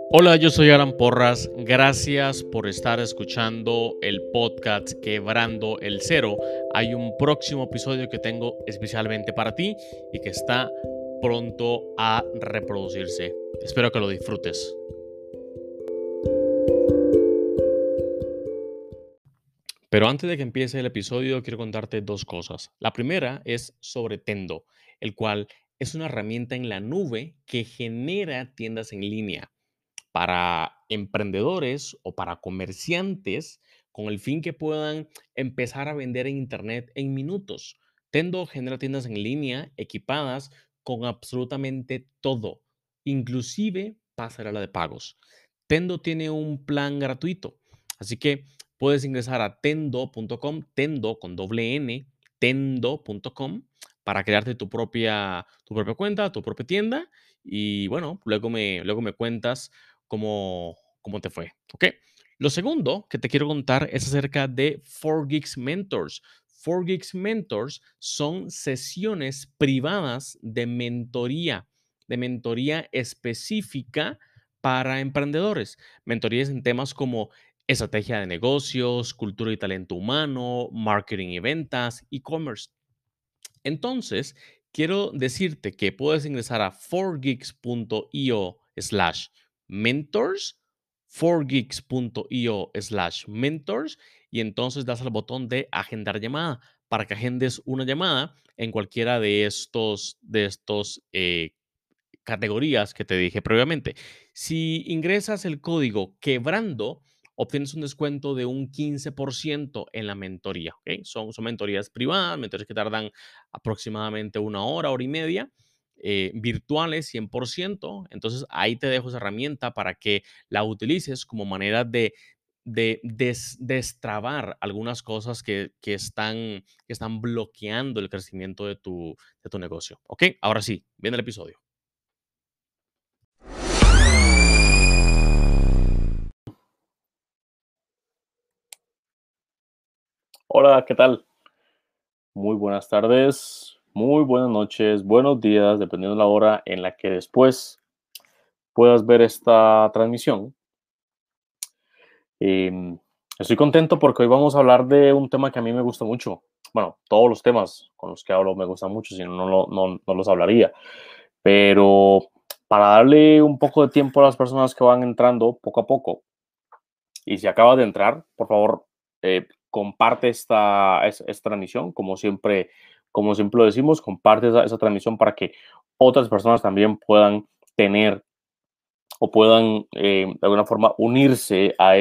Hola, yo soy Alan Porras. Gracias por estar escuchando el podcast Quebrando el Cero. Hay un próximo episodio que tengo especialmente para ti y que está pronto a reproducirse. Espero que lo disfrutes. Pero antes de que empiece el episodio, quiero contarte dos cosas. La primera es sobre Tendo, el cual es una herramienta en la nube que genera tiendas en línea para emprendedores o para comerciantes con el fin que puedan empezar a vender en Internet en minutos. Tendo genera tiendas en línea equipadas con absolutamente todo, inclusive pasarela de pagos. Tendo tiene un plan gratuito, así que puedes ingresar a tendo.com, tendo con doble N, tendo.com, para crearte tu propia cuenta, tu propia tienda. Y bueno, luego me cuentas cómo te fue. ¿Ok? Lo segundo que te quiero contar es acerca de 4Geeks Mentors. 4Geeks Mentors son sesiones privadas de mentoría específica para emprendedores. Mentorías en temas como estrategia de negocios, cultura y talento humano, marketing y ventas, e-commerce. Entonces, quiero decirte que puedes ingresar a 4geeks.io/mentors, 4geeks.io/mentors, y entonces das al botón de agendar llamada para que agendes una llamada en cualquiera de estos categorías que te dije previamente. Si ingresas el código quebrando, obtienes un descuento de un 15% en la mentoría. ¿Ok? Son mentorías privadas, mentorías que tardan aproximadamente una hora y media, virtuales 100%. Entonces ahí te dejo esa herramienta para que la utilices como manera de destrabar algunas cosas que están bloqueando el crecimiento de tu negocio. ¿Ok? Ahora sí, viene el episodio. Hola, ¿qué tal? Muy buenas tardes, muy buenas noches, buenos días, dependiendo de la hora en la que después puedas ver esta transmisión. Em, Estoy contento porque hoy vamos a hablar de un tema que a mí me gusta mucho. Bueno, todos los temas con los que hablo me gustan mucho, si no, no los hablaría. Pero para darle un poco de tiempo a las personas que van entrando poco a poco, y si acabas de entrar, por favor, comparte esta transmisión, como siempre lo decimos, comparte esa transmisión para que otras personas también puedan tener o puedan de alguna forma unirse a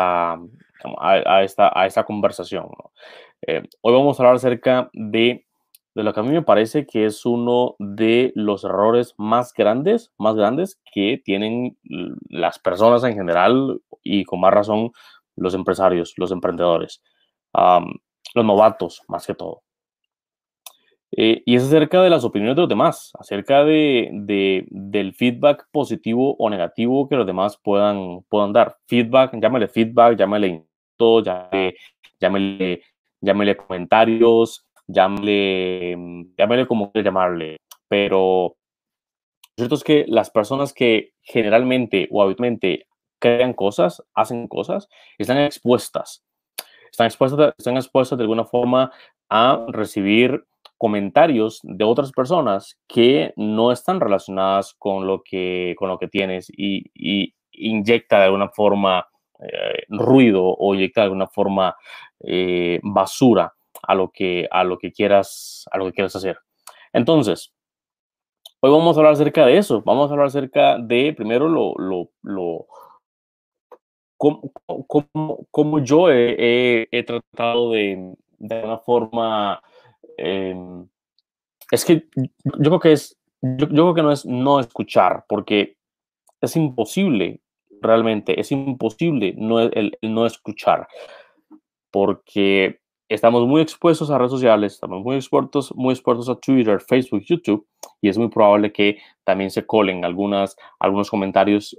esta conversación, ¿no? Hoy vamos a hablar acerca de lo que a mí me parece que es uno de los errores más grandes que tienen las personas en general y con más razón los empresarios, los emprendedores, am, los novatos más que todo. Y es acerca de las opiniones de los demás, acerca del feedback positivo o negativo que los demás puedan dar. Feedback, llámale insulto, llámele, llámele comentarios, llámele como quiera llamarle. Pero lo cierto es que las personas que generalmente o habitualmente crean cosas, hacen cosas, están expuestas de alguna forma a recibir comentarios de otras personas que no están relacionadas con lo que tienes y inyecta de alguna forma ruido o inyecta de alguna forma basura a lo que quieras hacer. Entonces, hoy vamos a hablar acerca de eso. Vamos a hablar acerca de, primero, cómo yo he tratado de alguna forma. em, es que yo creo que yo creo que no es no escuchar, porque es imposible, realmente, es imposible el no escuchar, porque estamos muy expuestos a redes sociales, estamos muy expuestos a Twitter, Facebook, YouTube, y es muy probable que también se colen algunos comentarios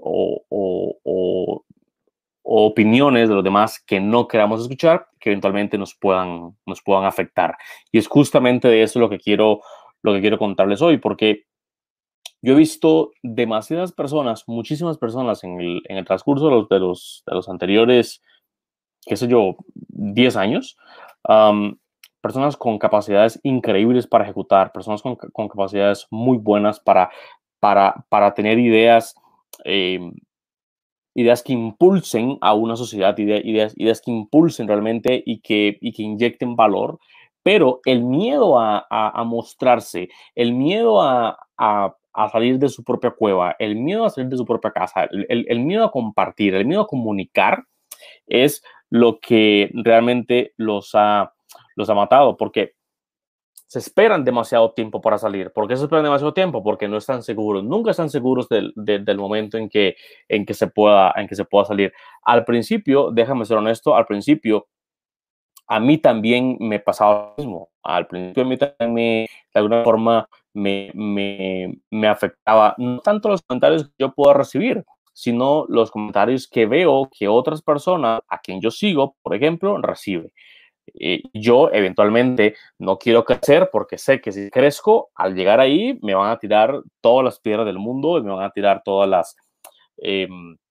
o opiniones de los demás que no queramos escuchar, que eventualmente nos puedan afectar. Y es justamente de eso lo que quiero contarles hoy, porque Yo he visto demasiadas personas, muchísimas personas en el transcurso de los anteriores, qué sé yo, 10 años, am, personas con capacidades increíbles para ejecutar, personas con capacidades muy buenas para tener ideas, em, ideas que impulsen a una sociedad, ideas que impulsen realmente y que inyecten valor, pero el miedo a mostrarse, el miedo a salir de su propia cueva, el miedo a salir de su propia casa, el miedo a compartir, el miedo a comunicar, es lo que realmente los ha matado, porque se esperan demasiado tiempo para salir. ¿Por qué se esperan demasiado tiempo? Porque no están seguros, nunca están seguros del momento en que se pueda salir. Al principio, déjame ser honesto, al principio a mí también me pasaba lo mismo. Al principio a mí también de alguna forma me afectaba, no tanto los comentarios que yo pueda recibir, sino los comentarios que veo que otras personas a quien yo sigo, por ejemplo, reciben. Yo eventualmente no quiero crecer porque sé que si crezco, al llegar ahí me van a tirar todas las piedras del mundo y me van a tirar eh,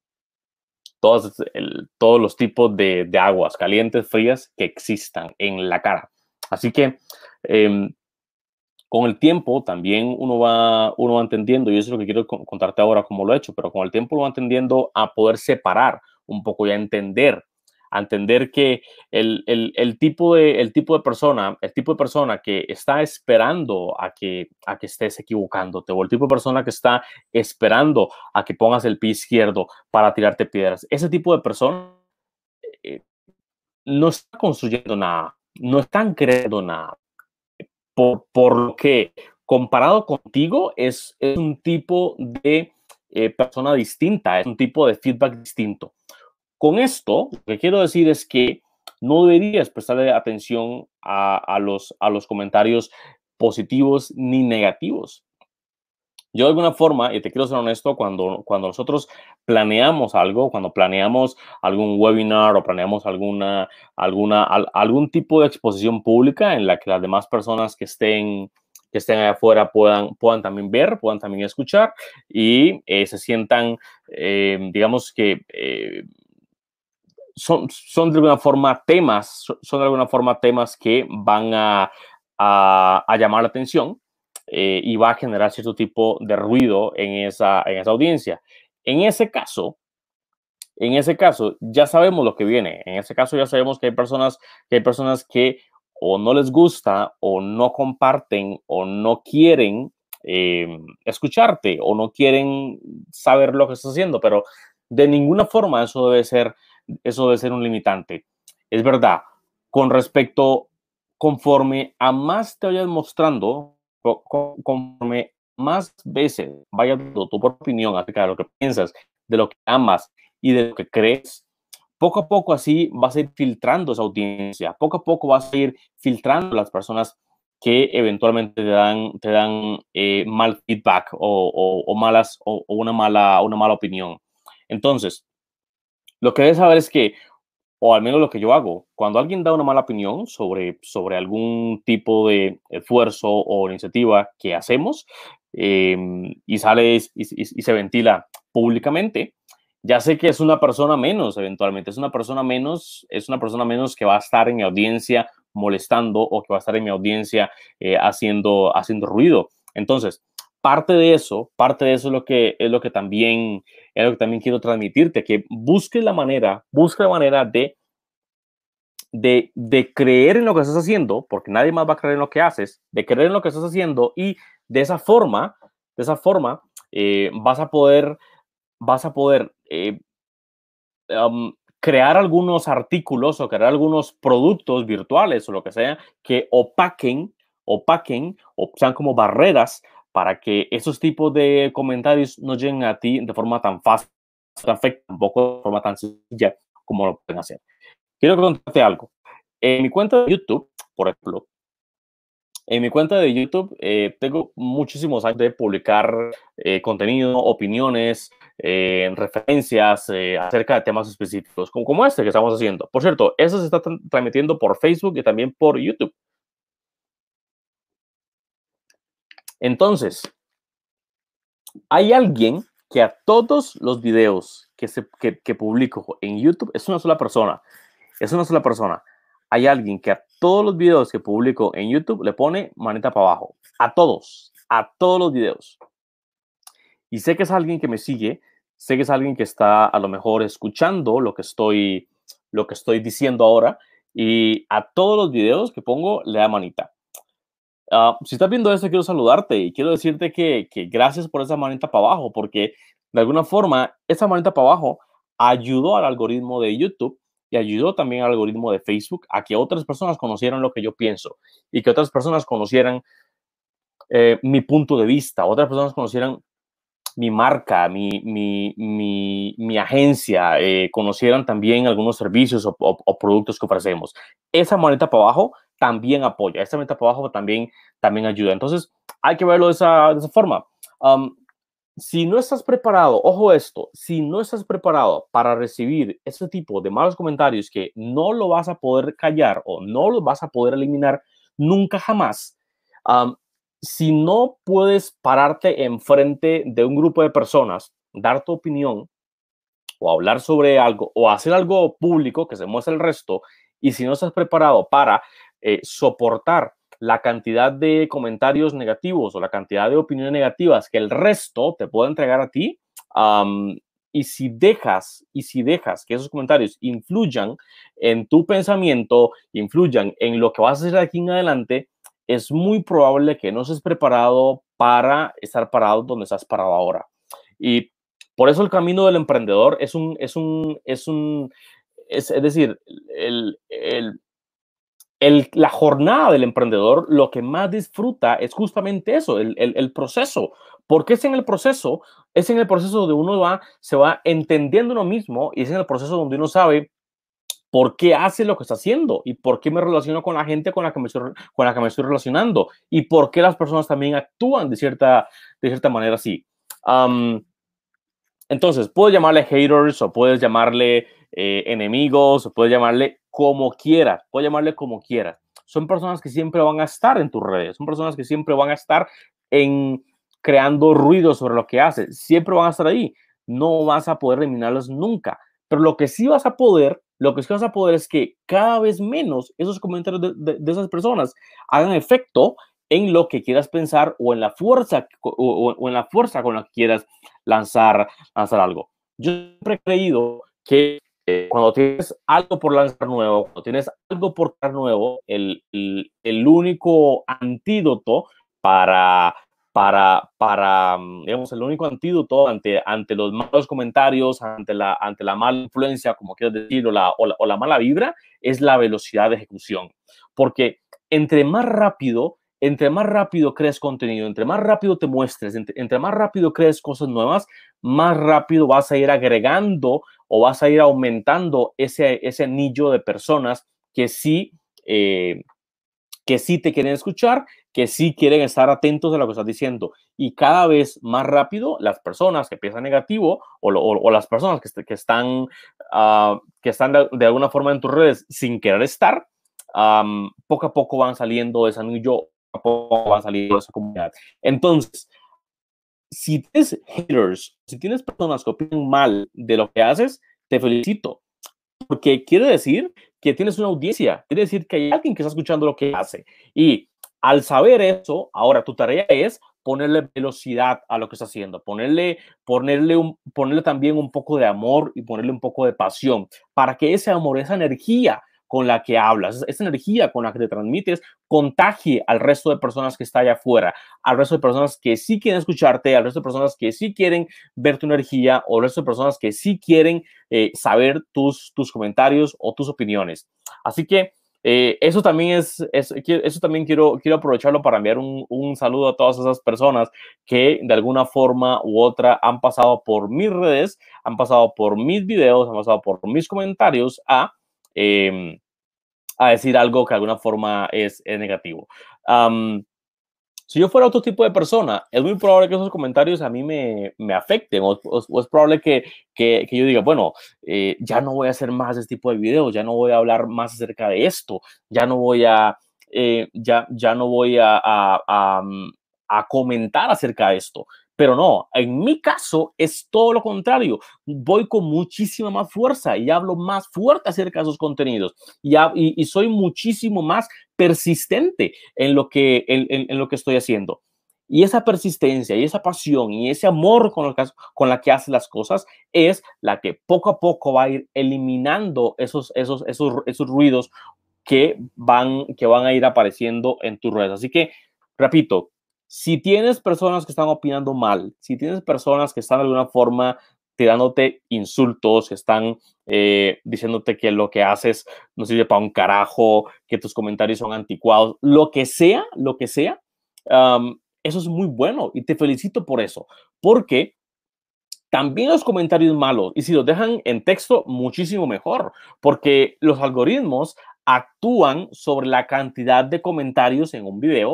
todos los tipos de aguas calientes, frías que existan en la cara. Así que eh, con el tiempo también uno va entendiendo, y eso es lo que quiero contarte ahora cómo lo he hecho, pero con el tiempo uno va entendiendo a poder separar un poco y a entender que el tipo de persona que está esperando a que estés equivocándote, o el tipo de persona que está esperando a que pongas el pie izquierdo para tirarte piedras, ese tipo de persona eh, no está construyendo nada, no están creando nada por lo que comparado contigo es un tipo de persona distinta, es un tipo de feedback distinto. Con esto, lo que quiero decir es que no deberías prestarle atención a los comentarios positivos ni negativos. Yo de alguna forma, y te quiero ser honesto, cuando nosotros planeamos algo, cuando planeamos algún webinar o planeamos algún tipo de exposición pública en la que las demás personas que estén allá afuera puedan también ver, puedan también escuchar y se sientan, digamos que son de alguna forma son de alguna forma temas que van a llamar la atención y va a generar cierto tipo de ruido en esa audiencia. En ese caso, en ese caso, ya sabemos lo que viene. En ese caso, ya sabemos que hay personas que o no les gusta o no comparten o no quieren escucharte o no quieren saber lo que estás haciendo, pero de ninguna forma eso debe ser un limitante. Es verdad, con respecto, conforme a más te vayas mostrando, conforme más veces vayas dando tu propia opinión acerca de lo que piensas, de lo que amas y de lo que crees, poco a poco así vas a ir filtrando esa audiencia, poco a poco vas a ir filtrando las personas que eventualmente te dan mal feedback o una mala opinión. Entonces, lo que debes saber es que, o al menos lo que yo hago, cuando alguien da una mala opinión sobre algún tipo de esfuerzo o iniciativa que hacemos y sale y se ventila públicamente, ya sé que es una persona menos eventualmente, es una persona menos que va a estar en mi audiencia molestando o que va a estar en mi audiencia haciendo ruido. Entonces, parte de eso es lo que también quiero transmitirte, que busque la manera de creer en lo que estás haciendo, porque nadie más va a creer en lo que haces, de creer en lo que estás haciendo y de esa forma vas a poder crear algunos artículos o crear algunos productos virtuales o lo que sea que opaquen o sean como barreras para que esos tipos de comentarios no lleguen a ti de forma tan fácil, tampoco de forma tan sencilla como lo pueden hacer. Quiero contarte algo. En mi cuenta de YouTube, por ejemplo, en mi cuenta de YouTube tengo muchísimos años de publicar contenido, opiniones, referencias acerca de temas específicos, como este que estamos haciendo. Por cierto, eso se está transmitiendo por Facebook y también por YouTube. Entonces, Hay alguien que a todos los videos que publico en YouTube, es una sola persona, es una sola persona. Hay alguien que a todos los videos que publico en YouTube le pone manita para abajo. A todos los videos. Y sé que es alguien que me sigue, sé que es alguien que está a lo mejor escuchando lo que estoy diciendo ahora, y a todos los videos que pongo le da manita. Si estás viendo esto, quiero saludarte y quiero decirte que gracias por esa manita para abajo, porque de alguna forma esa manita para abajo ayudó al algoritmo de YouTube y ayudó también al algoritmo de Facebook a que otras personas conocieran lo que yo pienso y que otras personas conocieran mi punto de vista, otras personas conocieran mi marca, mi agencia, conocieran también algunos servicios o productos que ofrecemos. Esa maneta para abajo también apoya, esa maneta para abajo también ayuda. Entonces, hay que verlo de esa forma. Um, si no estás preparado, ojo esto, si no estás preparado para recibir ese tipo de malos comentarios que no lo vas a poder callar o no los vas a poder eliminar nunca jamás, um, si no puedes pararte enfrente de un grupo de personas, dar tu opinión o hablar sobre algo o hacer algo público que se muestre el resto, y si no estás preparado para soportar la cantidad de comentarios negativos o la cantidad de opiniones negativas que el resto te puede entregar a ti, um, y si dejas que esos comentarios influyan en tu pensamiento, influyan en lo que vas a hacer de aquí en adelante, es muy probable que no estés preparado para estar parado donde estás parado ahora. Y por eso el camino del emprendedor es decir, la jornada del emprendedor, lo que más disfruta es justamente eso, el proceso. Porque es en el proceso donde se va entendiendo uno mismo, y es en el proceso donde uno sabe por qué hace lo que está haciendo y por qué me relaciono con la gente con la que me estoy relacionando y por qué las personas también actúan de cierta manera así. Um, entonces, puedes llamarle haters o puedes llamarle enemigos o puedes llamarle como quieras, puedes llamarle como quieras. Son personas que siempre van a estar en tus redes, son personas que siempre van a estar en creando ruido sobre lo que haces, siempre van a estar ahí. No vas a poder eliminarlos nunca, pero lo que sí vas a poder es que cada vez menos esos comentarios de esas personas hagan efecto en lo que quieras pensar o en la fuerza o en la fuerza con la que quieras lanzar hacer algo. Yo siempre he creído que cuando tienes algo por lanzar nuevo, cuando tienes algo por crear nuevo, el único antídoto digamos, el único antídoto ante los malos comentarios, ante la mala influencia, como quieras decir, o la mala vibra, es la velocidad de ejecución. Porque entre más rápido entre más rápido crees contenido, entre más rápido te muestres, entre más rápido crees cosas nuevas, más rápido vas a ir agregando o vas a ir aumentando ese anillo de personas eh, que sí te quieren escuchar, que sí quieren estar atentos a lo que estás diciendo. Y cada vez más rápido las personas que piensan negativo o las personas que están de alguna forma en tus redes sin querer estar, poco a poco van saliendo de ese anillo, poco a poco van saliendo de esa comunidad. Entonces, si tienes haters, si tienes personas que opinan mal de lo que haces, te felicito, porque quiere decir que tienes una audiencia, quiere decir que hay alguien que está escuchando lo que hace. Y al saber eso, ahora tu tarea es ponerle velocidad a lo que está haciendo, ponerle también un poco de amor y ponerle un poco de pasión para que ese amor, esa energía con la que hablas, esa energía con la que te transmites, contagie al resto de personas que está allá afuera, al resto de personas que sí quieren escucharte, al resto de personas que sí quieren ver tu energía, o al resto de personas que sí quieren saber tus comentarios o tus opiniones. Así que eso también eso también quiero aprovecharlo para enviar un saludo a todas esas personas que de alguna forma u otra han pasado por mis redes, han pasado por mis videos, han pasado por mis comentarios a decir algo que de alguna forma es negativo. Si yo fuera otro tipo de persona, es muy probable que esos comentarios a mí me afecten o es probable que yo diga, bueno, ya no voy a hacer más este tipo de videos, ya no voy a hablar más acerca de esto, ya no voy ya no voy a comentar acerca de esto. Pero no, en mi caso es todo lo contrario. Voy con muchísima más fuerza y hablo más fuerte acerca de esos contenidos y soy muchísimo más persistente en lo en lo que estoy haciendo. Y esa persistencia y esa pasión y ese amor con la que hace las cosas es la que poco a poco va a ir eliminando esos ruidos que van a ir apareciendo en tus redes. Así que, repito, si tienes personas que están opinando mal, si tienes personas que están de alguna forma tirándote insultos, que están diciéndote que lo que haces no sirve para un carajo, que tus comentarios son anticuados, lo que sea, eso es muy bueno y te felicito por eso, porque también los comentarios malos, y si los dejan en texto, muchísimo mejor, porque los algoritmos actúan sobre la cantidad de comentarios en un video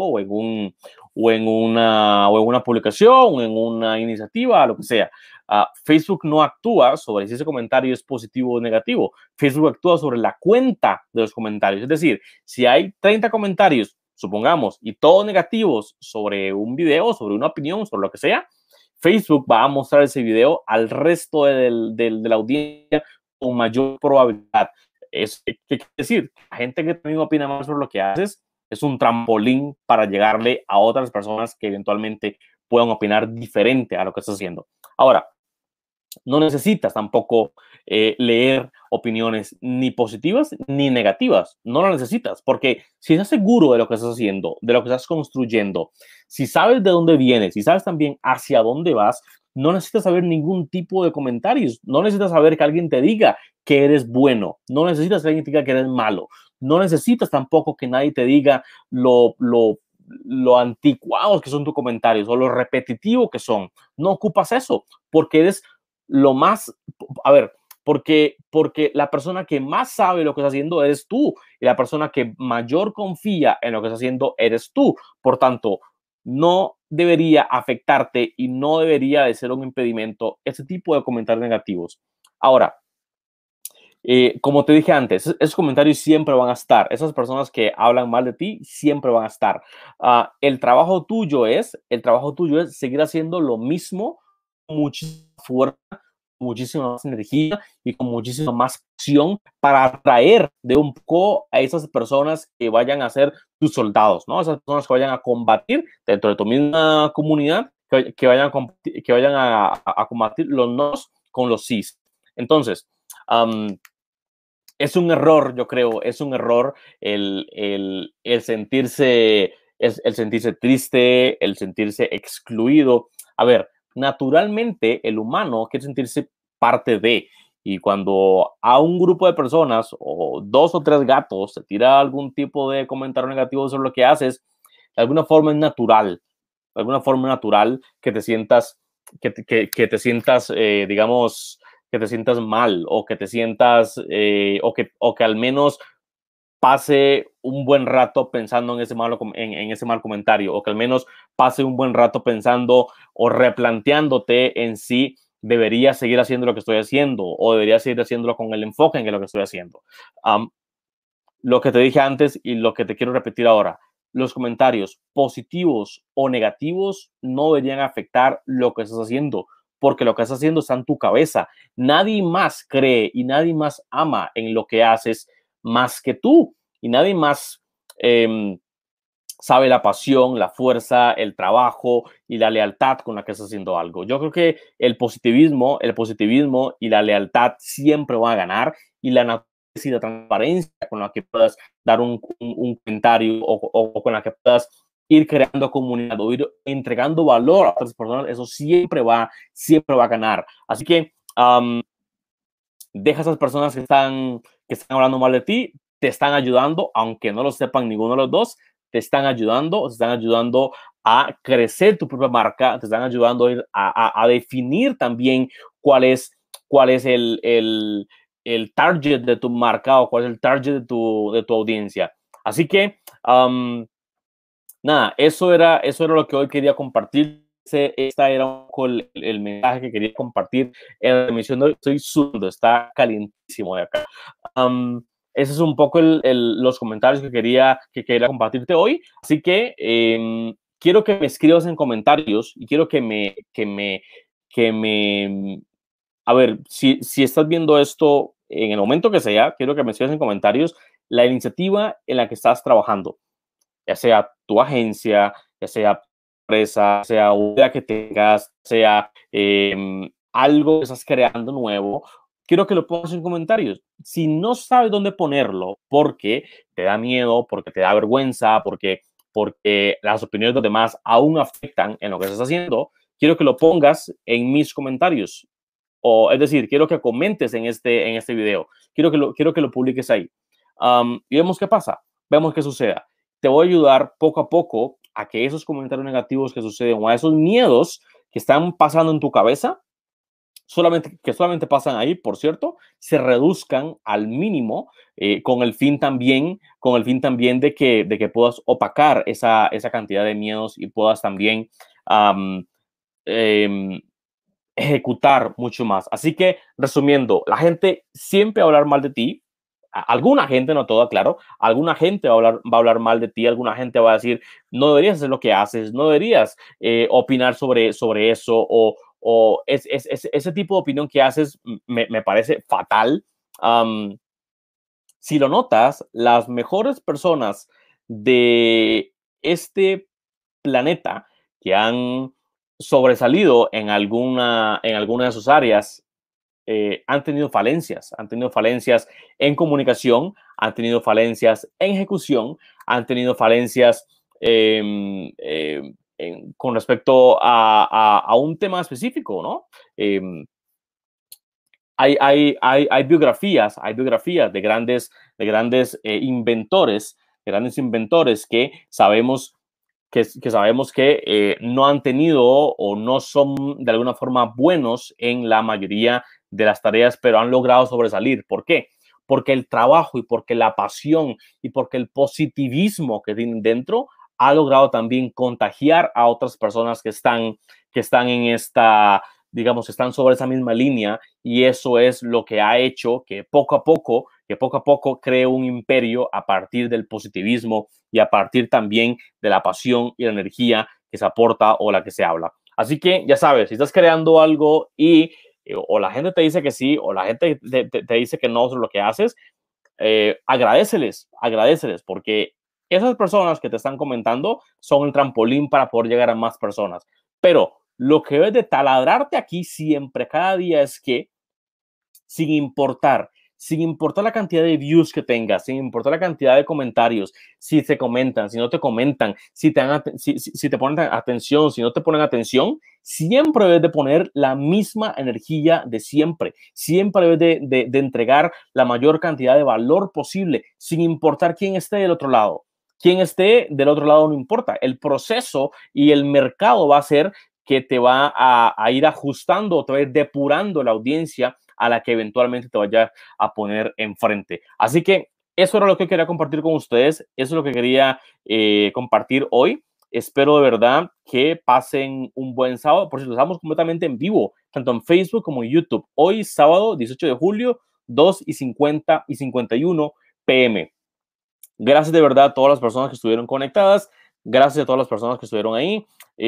o en una publicación, en una iniciativa, lo que sea. Facebook no actúa sobre si ese comentario es positivo o negativo. Facebook actúa sobre la cuenta de los comentarios. Es decir, si hay 30 comentarios, supongamos, y todos negativos sobre un video, sobre una opinión, sobre lo que sea, Facebook va a mostrar ese video al resto de la audiencia con mayor probabilidad. ¿Qué quiere decir? La gente que también opina más sobre lo que haces es un trampolín para llegarle a otras personas que eventualmente puedan opinar diferente a lo que estás haciendo. Ahora, no necesitas tampoco leer opiniones ni positivas ni negativas. No lo necesitas, porque si estás seguro de lo que estás haciendo, de lo que estás construyendo, si sabes de dónde vienes, si sabes también hacia dónde vas, no necesitas saber ningún tipo de comentarios. No necesitas saber que alguien te diga que eres bueno. No necesitas que alguien te diga que eres malo. No necesitas tampoco que nadie te diga lo anticuados que son tus comentarios o lo repetitivo que son. No ocupas eso, porque eres lo más, a ver, porque la persona que más sabe lo que está haciendo eres tú y la persona que mayor confía en lo que está haciendo eres tú. Por tanto, no debería afectarte y no debería de ser un impedimento ese tipo de comentarios negativos. Ahora, como te dije antes, esos comentarios siempre van a estar. Esas personas que hablan mal de ti siempre van a estar. El trabajo tuyo es seguir haciendo lo mismo, muchísima fuerza, muchísima más energía y con muchísima más acción para atraer de un poco a esas personas que vayan a ser tus soldados, ¿no? Esas personas que vayan a combatir dentro de tu misma comunidad, que vayan a combatir los nos con los sís. Entonces, es un error, yo creo, es un error el sentirse triste, el sentirse excluido. A ver, naturalmente el humano quiere sentirse parte de, y cuando a un grupo de personas o dos o tres gatos se tira algún tipo de comentario negativo sobre lo que haces, de alguna forma es natural, de alguna forma natural que te sientas, que te sientas, digamos, que te sientas mal o que te sientas, o que al menos pase un buen rato pensando en ese mal comentario, o que al menos pase un buen rato pensando o replanteándote en si debería seguir haciendo lo que estoy haciendo o debería seguir haciéndolo con el enfoque en lo que estoy haciendo. Lo que te dije antes y lo que te quiero repetir ahora, los comentarios positivos o negativos no deberían afectar lo que estás haciendo, porque lo que estás haciendo está en tu cabeza. Nadie más cree y nadie más ama en lo que haces más que tú, y nadie más sabe la pasión, la fuerza, el trabajo y la lealtad con la que estás haciendo algo. Yo creo que el positivismo y la lealtad siempre van a ganar, y la y la transparencia con la que puedas dar un comentario o con la que puedas ir creando comunidad o ir entregando valor a otras personas, eso siempre va a ganar. Así que deja a esas personas que están hablando mal de ti, te están ayudando, aunque no lo sepan ninguno de los dos, te están ayudando a crecer tu propia marca, te están ayudando a definir también cuál es el target de tu marca o cuál es el target de tu audiencia. Así que, nada, eso era lo que hoy quería compartir. Esta era un poco el mensaje que quería compartir en la emisión de hoy. Estoy sudando, está calientísimo de acá. Ese es un poco los comentarios que quería compartirte hoy. Así que quiero que me escribas en comentarios y quiero que me, a ver, si estás viendo esto en el momento que sea, quiero que me escribas en comentarios la iniciativa en la que estás trabajando, ya sea tu agencia, ya sea empresa, sea una idea que tengas, sea algo que estás creando nuevo, quiero que lo pongas en comentarios. Si no sabes dónde ponerlo, porque te da miedo, porque te da vergüenza, porque las opiniones de los demás aún afectan en lo que estás haciendo, quiero que lo pongas en mis comentarios. O, es decir, quiero que comentes en este video. Quiero que lo publiques ahí. Y vemos qué pasa. Vemos qué suceda. Te voy a ayudar poco a poco a que esos comentarios negativos que suceden o a esos miedos que están pasando en tu cabeza, que solamente pasan ahí, por cierto, se reduzcan al mínimo con el fin también de que puedas opacar esa cantidad de miedos y puedas también um, eh, ejecutar mucho más. Así que, resumiendo, la gente siempre va a hablar mal de ti. Alguna gente, no toda, claro, alguna gente va a hablar mal de ti, alguna gente va a decir, no deberías hacer lo que haces, no deberías opinar sobre eso, ese tipo de opinión que haces me parece fatal. Um, si lo notas, las mejores personas de este planeta que han sobresalido en alguna de sus áreas han tenido falencias en comunicación, han tenido falencias en ejecución, han tenido falencias con respecto a un tema específico, ¿no? Eh, hay biografías de grandes grandes inventores que sabemos que no han tenido o no son de alguna forma buenos en la mayoría de las tareas, pero han logrado sobresalir. ¿Por qué? Porque el trabajo y porque la pasión y porque el positivismo que tienen dentro ha logrado también contagiar a otras personas que están en esta, digamos, están sobre esa misma línea, y eso es lo que ha hecho que poco a poco cree un imperio a partir del positivismo y a partir también de la pasión y la energía que se aporta o la que se habla. Así que ya sabes, si estás creando algo y o la gente te dice que sí o la gente te dice que no sobre lo que haces, agradeceles, porque esas personas que te están comentando son el trampolín para poder llegar a más personas. Pero lo que debes de taladrarte aquí siempre, cada día, es que sin importar, sin importar la cantidad de views que tengas, sin importar la cantidad de comentarios, si te comentan, si no te comentan, si te ponen atención, si no te ponen atención, siempre debes de poner la misma energía de siempre, siempre debes de entregar la mayor cantidad de valor posible, sin importar quién esté del otro lado. Quien esté del otro lado no importa, el proceso y el mercado va a ser que te va a ir ajustando, otra vez depurando la audiencia a la que eventualmente te vaya a poner enfrente. Así que eso era lo que quería compartir con ustedes, eso es lo que quería compartir hoy. Espero de verdad que pasen un buen sábado. Por cierto, estamos completamente en vivo, tanto en Facebook como en YouTube. Hoy, sábado 18 de julio, 2:50 y 51 p.m. Gracias de verdad a todas las personas que estuvieron conectadas. Gracias a todas las personas que estuvieron ahí.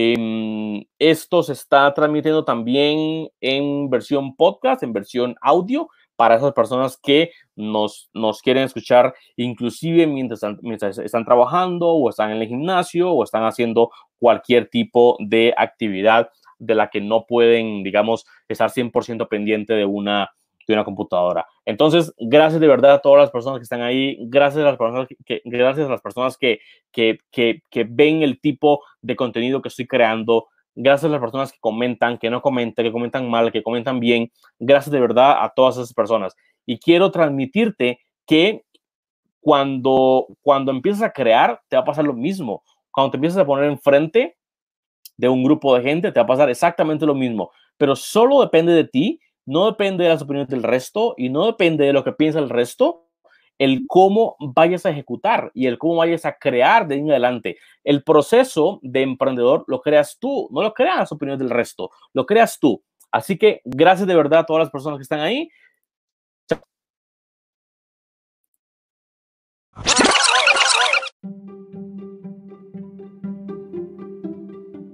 Esto se está transmitiendo también en versión podcast, en versión audio, para esas personas que nos quieren escuchar, inclusive mientras están trabajando o están en el gimnasio o están haciendo cualquier tipo de actividad de la que no pueden, digamos, estar 100% pendiente de una computadora. Entonces, gracias de verdad a todas las personas que están ahí, gracias a las personas que ven el tipo de contenido que estoy creando, gracias a las personas que comentan, que no comentan, que comentan mal, que comentan bien, gracias de verdad a todas esas personas. Y quiero transmitirte que cuando empiezas a crear, te va a pasar lo mismo. Cuando te empiezas a poner enfrente de un grupo de gente, te va a pasar exactamente lo mismo, pero solo depende de ti, no depende de las opiniones del resto y no depende de lo que piensa el resto, el cómo vayas a ejecutar y el cómo vayas a crear de ahí en adelante. El proceso de emprendedor lo creas tú, no lo creas las opiniones del resto, lo creas tú. Así que gracias de verdad a todas las personas que están ahí.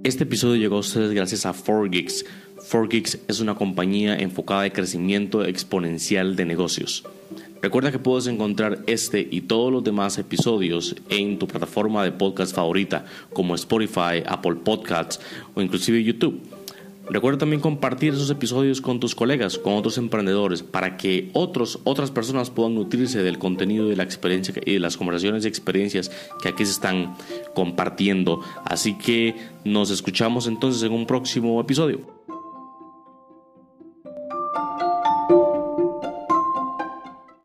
Este episodio llegó a ustedes gracias a 4Geeks. 4Geeks es una compañía enfocada en crecimiento exponencial de negocios. Recuerda que puedes encontrar este y todos los demás episodios en tu plataforma de podcast favorita, como Spotify, Apple Podcasts o inclusive YouTube. Recuerda también compartir esos episodios con tus colegas, con otros emprendedores, para que otras personas puedan nutrirse del contenido de la experiencia y de las conversaciones y experiencias que aquí se están compartiendo. Así que nos escuchamos entonces en un próximo episodio.